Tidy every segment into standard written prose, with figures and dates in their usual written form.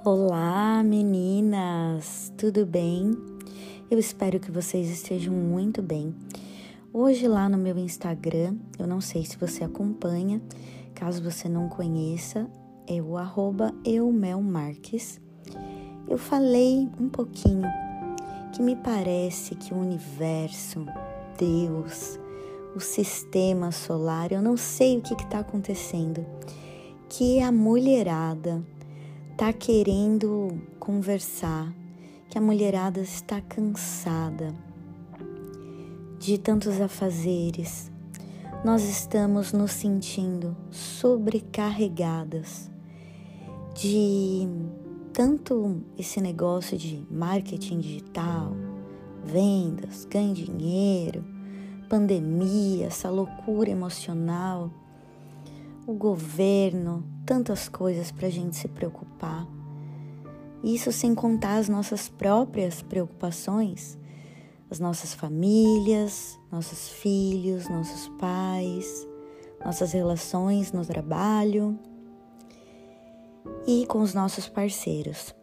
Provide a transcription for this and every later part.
Olá, meninas! Tudo bem? Eu espero que vocês estejam muito bem. Hoje lá no meu Instagram, eu não sei se você acompanha, caso você não conheça, é o @eumelmarques. Eu falei um pouquinho que me parece que o universo, Deus, o sistema solar, eu não sei o que está acontecendo, que a mulherada está querendo conversar, que a mulherada está cansada de tantos afazeres. Nós estamos nos sentindo sobrecarregadas de tanto esse negócio de marketing digital, vendas, ganho dinheiro, pandemia, essa loucura emocional, o governo, tantas coisas para a gente se preocupar. Isso sem contar as nossas próprias preocupações, as nossas famílias, nossos filhos, nossos pais, nossas relações no trabalho e com os nossos parceiros.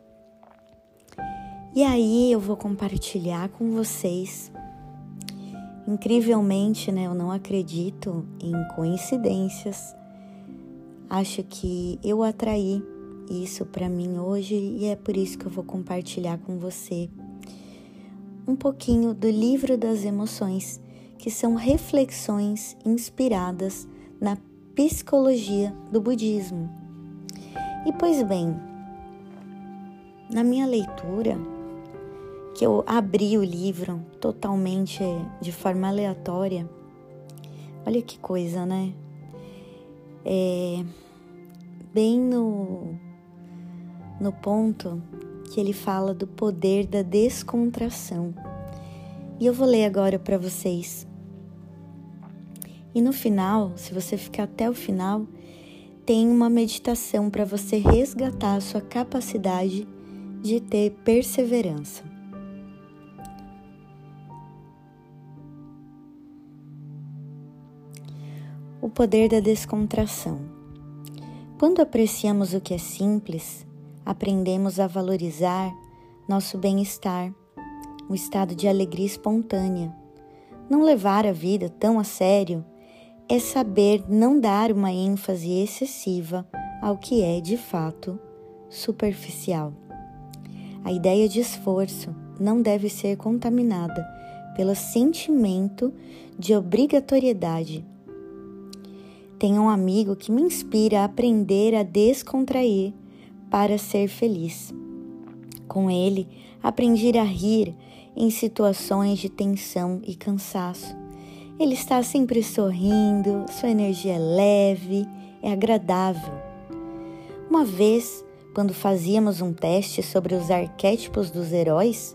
E aí eu vou compartilhar com vocês. Incrivelmente, eu não acredito em coincidências. Acho que eu atraí isso para mim hoje e é por isso que eu vou compartilhar com você um pouquinho do Livro das Emoções, que são reflexões inspiradas na psicologia do budismo. E pois bem, na minha leitura, que eu abri o livro totalmente de forma aleatória, olha que coisa, né? Bem no ponto que ele fala do poder da descontração. E eu vou ler agora para vocês. E no final, se você ficar até o final, tem uma meditação para você resgatar a sua capacidade de ter perseverança. O poder da descontração. Quando apreciamos o que é simples, aprendemos a valorizar nosso bem-estar, um estado de alegria espontânea. Não levar a vida tão a sério é saber não dar uma ênfase excessiva ao que é, de fato, superficial. A ideia de esforço não deve ser contaminada pelo sentimento de obrigatoriedade. Tenho um amigo que me inspira a aprender a descontrair para ser feliz. Com ele, aprendi a rir em situações de tensão e cansaço. Ele está sempre sorrindo, sua energia é leve, é agradável. Uma vez, quando fazíamos um teste sobre os arquétipos dos heróis,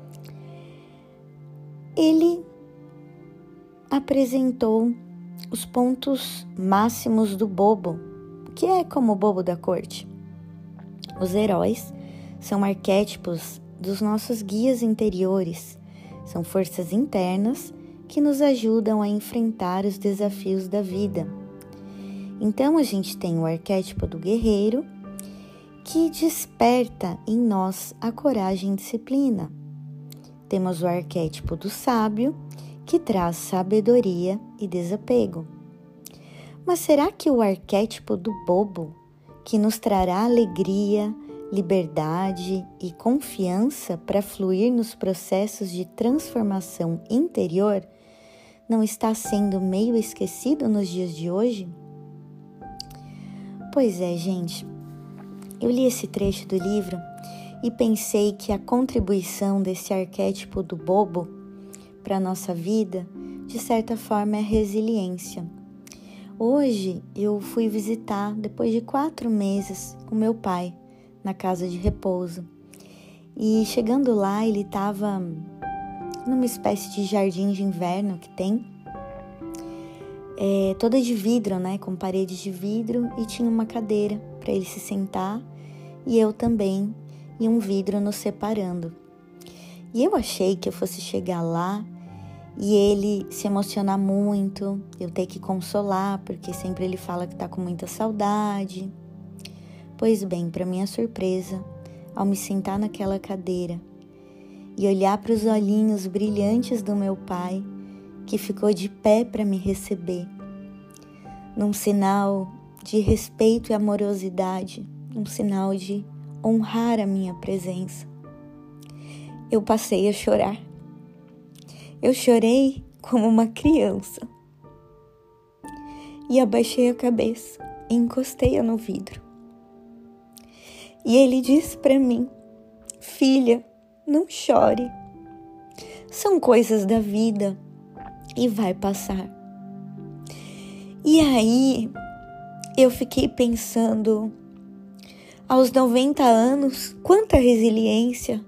ele apresentou os pontos máximos do bobo, que é como o bobo da corte. Os heróis são arquétipos dos nossos guias interiores, são forças internas que nos ajudam a enfrentar os desafios da vida. Então a gente tem o arquétipo do guerreiro, que desperta em nós a coragem e disciplina. Temos o arquétipo do sábio, que traz sabedoria e desapego. Mas será que o arquétipo do bobo, que nos trará alegria, liberdade e confiança para fluir nos processos de transformação interior, não está sendo meio esquecido nos dias de hoje? Pois é, gente. Eu li esse trecho do livro e pensei que a contribuição desse arquétipo do bobo para a nossa vida, de certa forma, é resiliência. Hoje eu fui visitar, depois de 4 meses, o meu pai na casa de repouso. E chegando lá, ele estava numa espécie de jardim de inverno que tem, toda de vidro, com paredes de vidro, e tinha uma cadeira para ele se sentar, e eu também, e um vidro nos separando. E eu achei que eu fosse chegar lá e ele se emocionar muito, eu ter que consolar, porque sempre ele fala que tá com muita saudade. Pois bem, para minha surpresa, ao me sentar naquela cadeira e olhar para os olhinhos brilhantes do meu pai, que ficou de pé para me receber, num sinal de respeito e amorosidade, num sinal de honrar a minha presença. Eu passei a chorar. Eu chorei como uma criança e abaixei a cabeça e encostei-a no vidro. E ele disse para mim: filha, não chore. São coisas da vida e vai passar. E aí eu fiquei pensando, aos 90 anos, quanta resiliência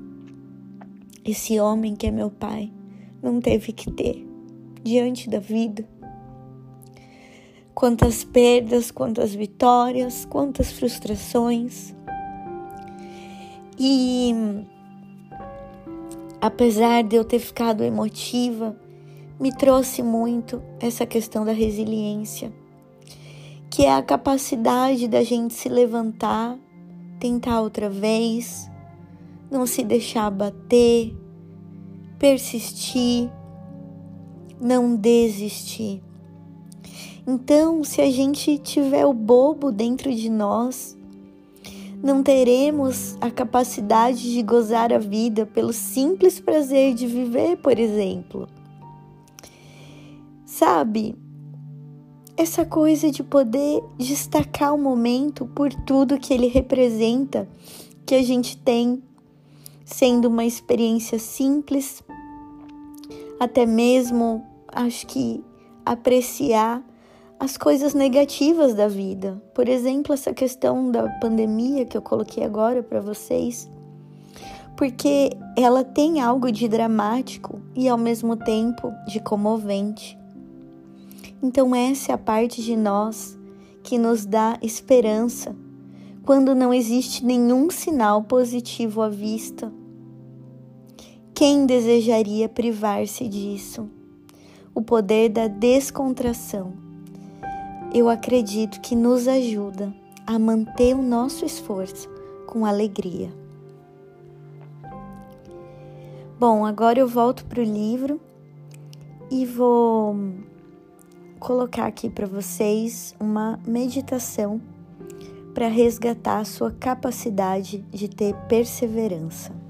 esse homem que é meu pai não teve que ter diante da vida. Quantas perdas, quantas vitórias, quantas frustrações. E apesar de eu ter ficado emotiva, me trouxe muito essa questão da resiliência, que é a capacidade da gente se levantar, tentar outra vez, não se deixar abater, persistir, não desistir. Então, se a gente tiver o bobo dentro de nós, não teremos a capacidade de gozar a vida pelo simples prazer de viver, por exemplo. Sabe, essa coisa de poder destacar o momento por tudo que ele representa, que a gente tem, sendo uma experiência simples, até mesmo, acho que, apreciar as coisas negativas da vida. Por exemplo, essa questão da pandemia que eu coloquei agora para vocês, porque ela tem algo de dramático e ao mesmo tempo de comovente. Então essa é a parte de nós que nos dá esperança quando não existe nenhum sinal positivo à vista. Quem desejaria privar-se disso? O poder da descontração, eu acredito que nos ajuda a manter o nosso esforço com alegria. Bom, agora eu volto para o livro e vou colocar aqui para vocês uma meditação para resgatar a sua capacidade de ter perseverança.